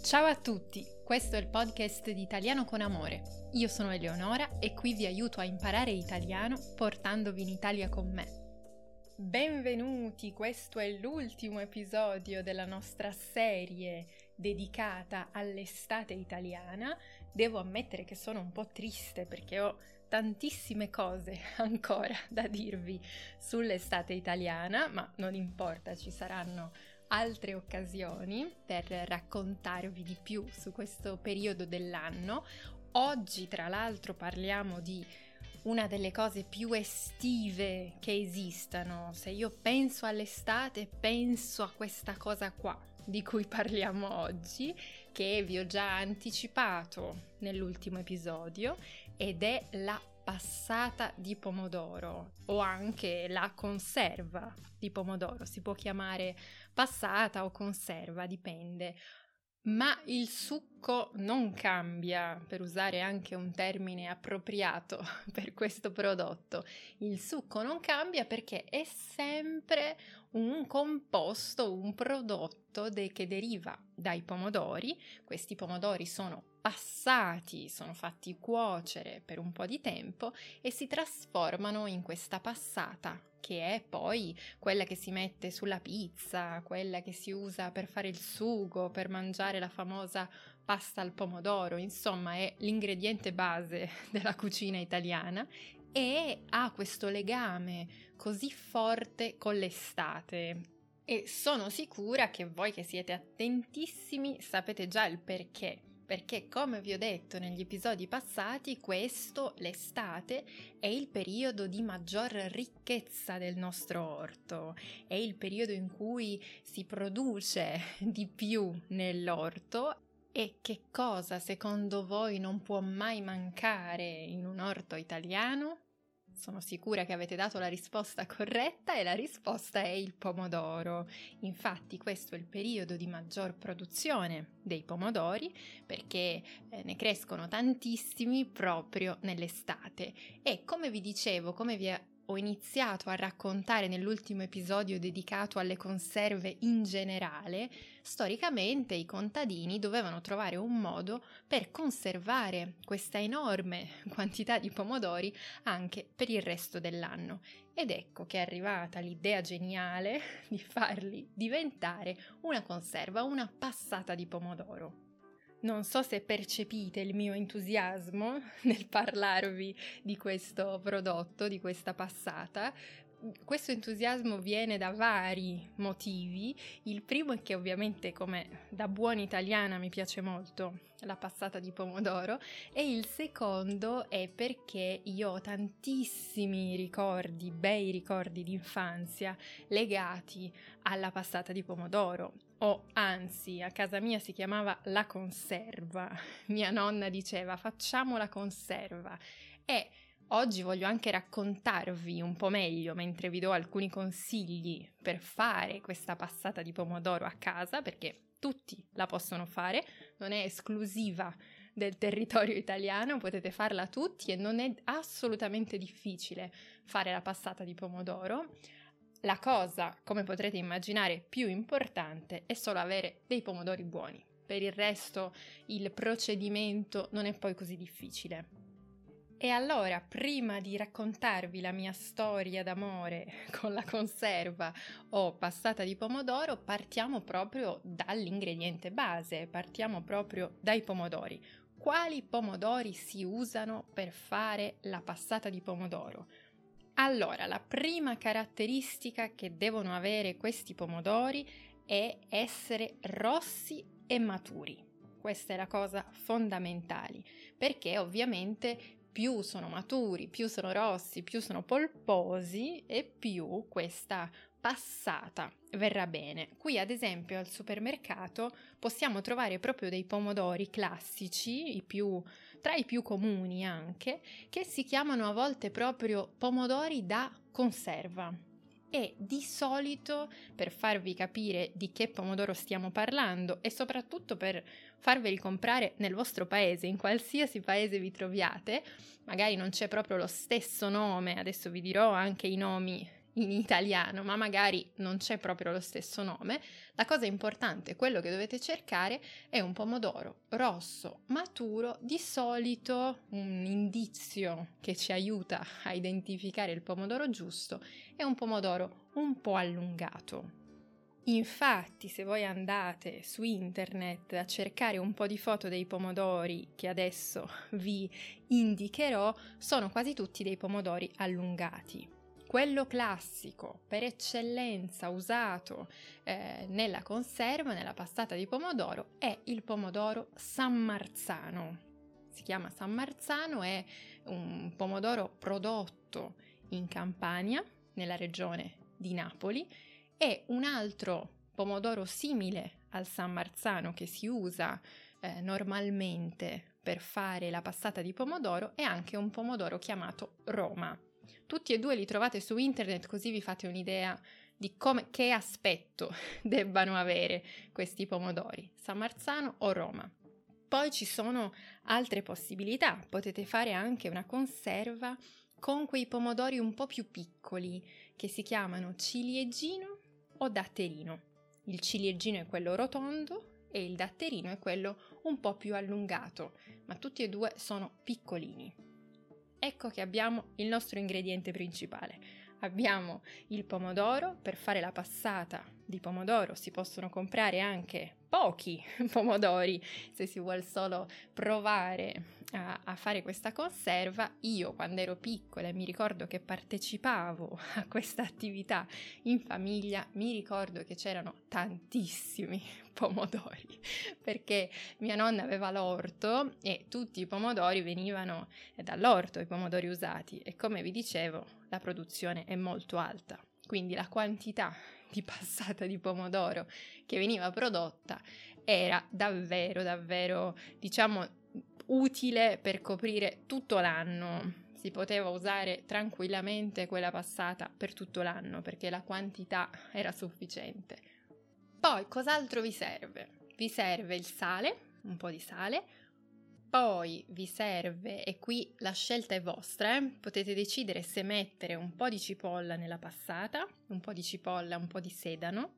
Ciao a tutti, questo è il podcast di Italiano con Amore. Io sono Eleonora e qui vi aiuto a imparare italiano portandovi in Italia con me. Benvenuti, questo è l'ultimo episodio della nostra serie dedicata all'estate italiana. Devo ammettere che sono un po' triste perché ho tantissime cose ancora da dirvi sull'estate italiana, ma non importa, ci saranno altre occasioni per raccontarvi di più su questo periodo dell'anno. Oggi, tra l'altro, parliamo di una delle cose più estive che esistano. Se io penso all'estate, penso a questa cosa qua di cui parliamo oggi, che vi ho già anticipato nell'ultimo episodio, ed è la passata di pomodoro o anche la conserva di pomodoro. Si può chiamare passata o conserva, dipende. Ma il succo non cambia, per usare anche un termine appropriato per questo prodotto. Il succo non cambia perché è sempre un composto, un prodotto che deriva dai pomodori. Questi pomodori sono passati, sono fatti cuocere per un po' di tempo e si trasformano in questa passata, che è poi quella che si mette sulla pizza, quella che si usa per fare il sugo, per mangiare la famosa pasta al pomodoro. Insomma, è l'ingrediente base della cucina italiana e ha questo legame così forte con l'estate. E sono sicura che voi che siete attentissimi sapete già il perché. Perché, come vi ho detto negli episodi passati, l'estate, è il periodo di maggior ricchezza del nostro orto, è il periodo in cui si produce di più nell'orto. E che cosa, secondo voi, non può mai mancare in un orto italiano? Sono sicura che avete dato la risposta corretta e la risposta è il pomodoro. Infatti questo è il periodo di maggior produzione dei pomodori perché ne crescono tantissimi proprio nell'estate. E come vi dicevo, come ho iniziato a raccontare nell'ultimo episodio dedicato alle conserve in generale, storicamente i contadini dovevano trovare un modo per conservare questa enorme quantità di pomodori anche per il resto dell'anno. Ed ecco che è arrivata l'idea geniale di farli diventare una conserva, una passata di pomodoro. Non so se percepite il mio entusiasmo nel parlarvi di questo prodotto, di questa passata. Questo entusiasmo viene da vari motivi. Il primo è che ovviamente, come da buona italiana, mi piace molto la passata di pomodoro, e il secondo è perché io ho tantissimi ricordi, bei ricordi di infanzia legati alla passata di pomodoro. O anzi, a casa mia si chiamava la conserva. Mia nonna diceva facciamo la conserva e oggi voglio anche raccontarvi un po' meglio mentre vi do alcuni consigli per fare questa passata di pomodoro a casa, perché tutti la possono fare, non è esclusiva del territorio italiano, potete farla tutti e non è assolutamente difficile fare la passata di pomodoro. La cosa, come potrete immaginare, più importante è solo avere dei pomodori buoni. Per il resto il procedimento non è poi così difficile. E allora, prima di raccontarvi la mia storia d'amore con la conserva o passata di pomodoro, partiamo proprio dall'ingrediente base, partiamo proprio dai pomodori. Quali pomodori si usano per fare la passata di pomodoro? Allora, la prima caratteristica che devono avere questi pomodori è essere rossi e maturi. Questa è la cosa fondamentale, perché ovviamente più sono maturi, più sono rossi, più sono polposi e più questa passata verrà bene. Qui ad esempio al supermercato possiamo trovare proprio dei pomodori classici, tra i più comuni anche, che si chiamano a volte proprio pomodori da conserva. E di solito, per farvi capire di che pomodoro stiamo parlando e soprattutto per farveli comprare nel vostro paese, in qualsiasi paese vi troviate, magari non c'è proprio lo stesso nome, adesso vi dirò anche i nomi in italiano, ma magari non c'è proprio lo stesso nome. La cosa importante, quello che dovete cercare, è un pomodoro rosso maturo. Di solito un indizio che ci aiuta a identificare il pomodoro giusto è un pomodoro un po' allungato. Infatti, se voi andate su internet a cercare un po' di foto dei pomodori che adesso vi indicherò, sono quasi tutti dei pomodori allungati. Quello classico, per eccellenza usato nella conserva, nella passata di pomodoro, è il pomodoro San Marzano. Si chiama San Marzano, è un pomodoro prodotto in Campania, nella regione di Napoli, e un altro pomodoro simile al San Marzano che si usa normalmente per fare la passata di pomodoro è anche un pomodoro chiamato Roma. Tutti e due li trovate su internet, così vi fate un'idea di che aspetto debbano avere questi pomodori, San Marzano o Roma. Poi ci sono altre possibilità, potete fare anche una conserva con quei pomodori un po' più piccoli che si chiamano ciliegino o datterino. Il ciliegino è quello rotondo e il datterino è quello un po' più allungato, ma tutti e due sono piccolini. Ecco che abbiamo il nostro ingrediente principale. Abbiamo il pomodoro. Per fare la passata di pomodoro si possono comprare anche pochi pomodori se si vuole solo provare a fare questa conserva. Io quando ero piccola mi ricordo che partecipavo a questa attività in famiglia, mi ricordo che c'erano tantissimi pomodori perché mia nonna aveva l'orto e tutti i pomodori venivano dall'orto, i pomodori usati, e come vi dicevo la produzione è molto alta, quindi la quantità di passata di pomodoro che veniva prodotta era davvero, diciamo, utile per coprire tutto l'anno. Si poteva usare tranquillamente quella passata per tutto l'anno perché la quantità era sufficiente. Poi cos'altro vi serve? Vi serve il sale, un po' di sale. Poi vi serve, e qui la scelta è vostra, potete decidere se mettere un po' di cipolla nella passata, un po' di cipolla, un po' di sedano,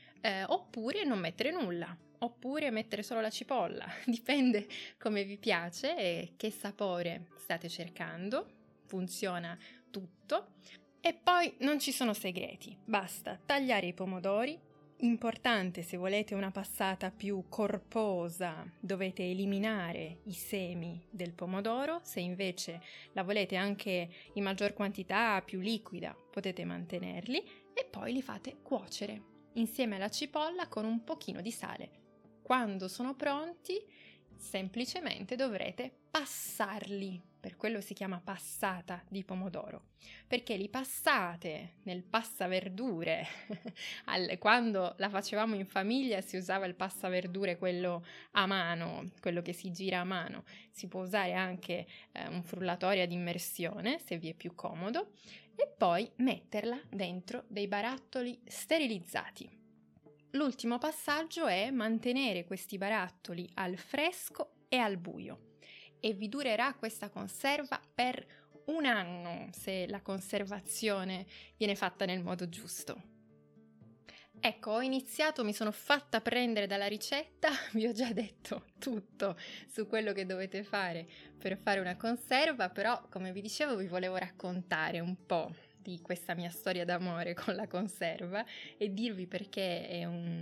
oppure non mettere nulla, oppure mettere solo la cipolla, dipende come vi piace e che sapore state cercando, funziona tutto. E poi non ci sono segreti, basta tagliare i pomodori. Importante, se volete una passata più corposa, dovete eliminare i semi del pomodoro. Se invece la volete anche in maggior quantità, più liquida, potete mantenerli e poi li fate cuocere insieme alla cipolla con un pochino di sale. Quando sono pronti, semplicemente dovrete passarli. Per quello si chiama passata di pomodoro, perché li passate nel passaverdure. Quando la facevamo in famiglia si usava il passaverdure, quello a mano, quello che si gira a mano. Si può usare anche un frullatoio ad immersione se vi è più comodo, e poi metterla dentro dei barattoli sterilizzati. L'ultimo passaggio è mantenere questi barattoli al fresco e al buio. E vi durerà questa conserva per un anno se la conservazione viene fatta nel modo giusto. Ecco, ho iniziato, mi sono fatta prendere dalla ricetta, vi ho già detto tutto su quello che dovete fare per fare una conserva, però come vi dicevo vi volevo raccontare un po' di questa mia storia d'amore con la conserva e dirvi perché è un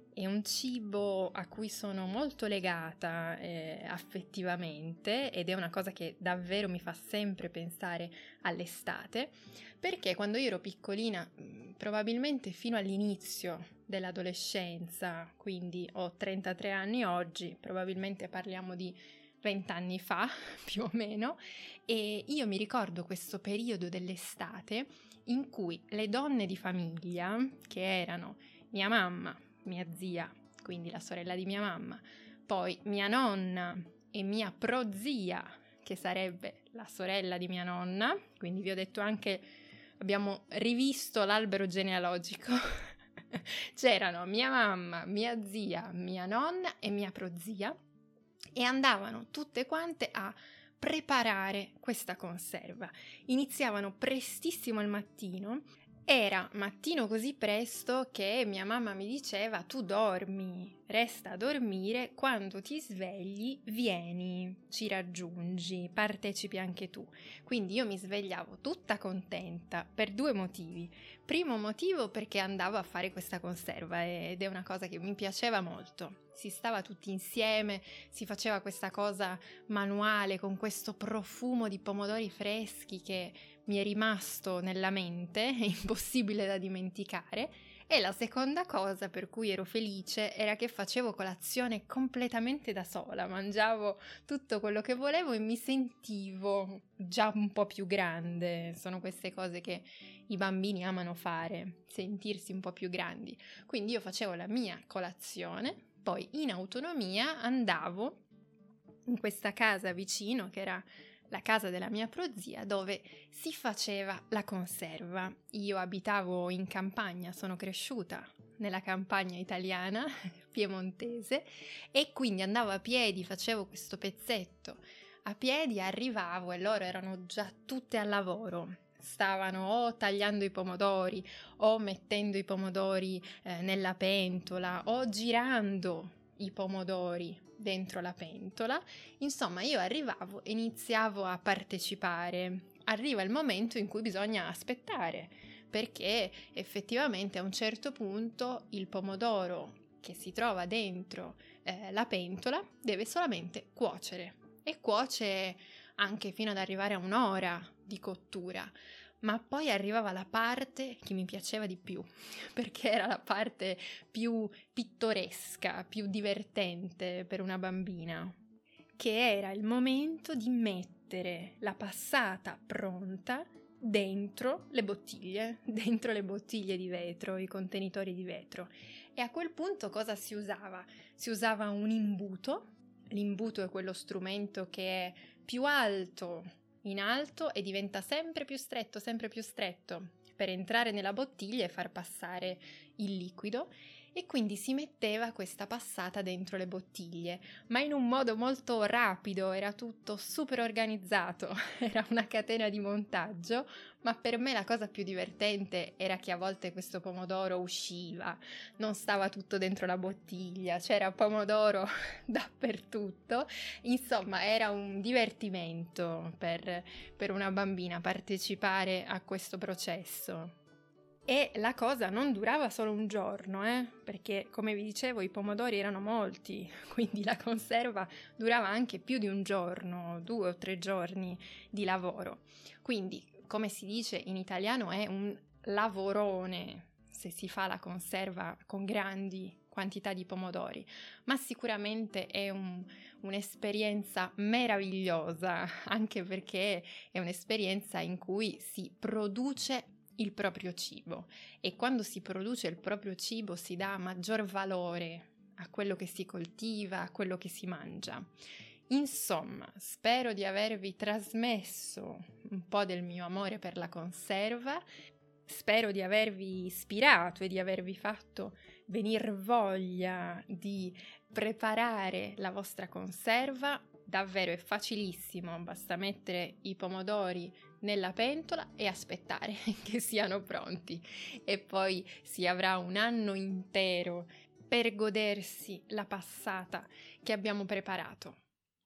cibo a cui sono molto legata affettivamente, ed è una cosa che davvero mi fa sempre pensare all'estate, perché quando io ero piccolina, probabilmente fino all'inizio dell'adolescenza, quindi ho 33 anni oggi, probabilmente parliamo di 20 anni fa più o meno, e io mi ricordo questo periodo dell'estate in cui le donne di famiglia, che erano mia mamma, mia zia, quindi la sorella di mia mamma, poi mia nonna e mia prozia, che sarebbe la sorella di mia nonna, quindi vi ho detto anche, abbiamo rivisto l'albero genealogico, c'erano mia mamma, mia zia, mia nonna e mia prozia, e andavano tutte quante a preparare questa conserva. Iniziavano prestissimo al mattino Era mattino così presto che mia mamma mi diceva: tu dormi, resta a dormire, quando ti svegli vieni, ci raggiungi, partecipi anche tu. Quindi io mi svegliavo tutta contenta per 2 motivi. Primo motivo, perché andavo a fare questa conserva ed è una cosa che mi piaceva molto. Si stava tutti insieme, si faceva questa cosa manuale con questo profumo di pomodori freschi che mi è rimasto nella mente, è impossibile da dimenticare. E la seconda cosa per cui ero felice era che facevo colazione completamente da sola, mangiavo tutto quello che volevo e mi sentivo già un po' più grande. Sono queste cose che i bambini amano fare, sentirsi un po' più grandi. Quindi io facevo la mia colazione, poi in autonomia andavo in questa casa vicino, che era la casa della mia prozia, dove si faceva la conserva. Io abitavo in campagna, sono cresciuta nella campagna italiana, piemontese, e quindi andavo a piedi, facevo questo pezzetto a piedi, arrivavo e loro erano già tutte al lavoro. Stavano o tagliando i pomodori o mettendo i pomodori nella pentola o girando i pomodori dentro la pentola. Insomma, io arrivavo e iniziavo a partecipare. Arriva il momento in cui bisogna aspettare, perché effettivamente a un certo punto il pomodoro che si trova dentro la pentola deve solamente cuocere, e cuoce anche fino ad arrivare a 1 ora di cottura. Ma poi arrivava la parte che mi piaceva di più, perché era la parte più pittoresca, più divertente per una bambina, che era il momento di mettere la passata pronta dentro le bottiglie di vetro, i contenitori di vetro. E a quel punto cosa si usava? Si usava un imbuto. L'imbuto è quello strumento che è più alto in alto e diventa sempre più stretto per entrare nella bottiglia e far passare il liquido, e quindi si metteva questa passata dentro le bottiglie, ma in un modo molto rapido, era tutto super organizzato, era una catena di montaggio, ma per me la cosa più divertente era che a volte questo pomodoro usciva, non stava tutto dentro la bottiglia, c'era pomodoro dappertutto. Insomma, era un divertimento per una bambina partecipare a questo processo. E la cosa non durava solo un giorno, perché come vi dicevo i pomodori erano molti, quindi la conserva durava anche più di un giorno, 2 o 3 giorni di lavoro. Quindi, come si dice in italiano, è un lavorone se si fa la conserva con grandi quantità di pomodori, ma sicuramente è un'esperienza meravigliosa, anche perché è un'esperienza in cui si produce il proprio cibo, e quando si produce il proprio cibo si dà maggior valore a quello che si coltiva, a quello che si mangia. Insomma, spero di avervi trasmesso un po' del mio amore per la conserva, spero di avervi ispirato e di avervi fatto venir voglia di preparare la vostra conserva. Davvero è facilissimo, basta mettere i pomodori nella pentola e aspettare che siano pronti, e poi si avrà un anno intero per godersi la passata che abbiamo preparato.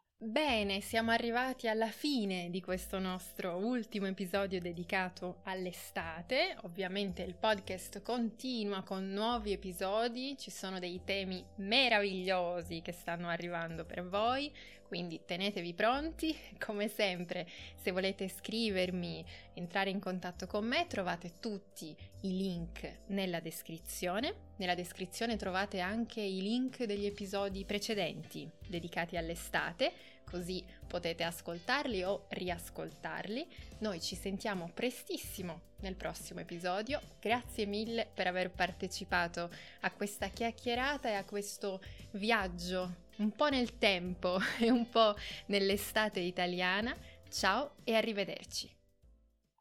Bene, siamo arrivati alla fine di questo nostro ultimo episodio dedicato all'estate. Ovviamente il podcast continua con nuovi episodi, ci sono dei temi meravigliosi che stanno arrivando per voi, quindi tenetevi pronti. Come sempre, se volete scrivermi, entrare in contatto con me, trovate tutti i link nella descrizione. Nella descrizione trovate anche i link degli episodi precedenti dedicati all'estate, così potete ascoltarli o riascoltarli. Noi ci sentiamo prestissimo nel prossimo episodio. Grazie mille per aver partecipato a questa chiacchierata e a questo viaggio un po' nel tempo e un po' nell'estate italiana. Ciao e arrivederci!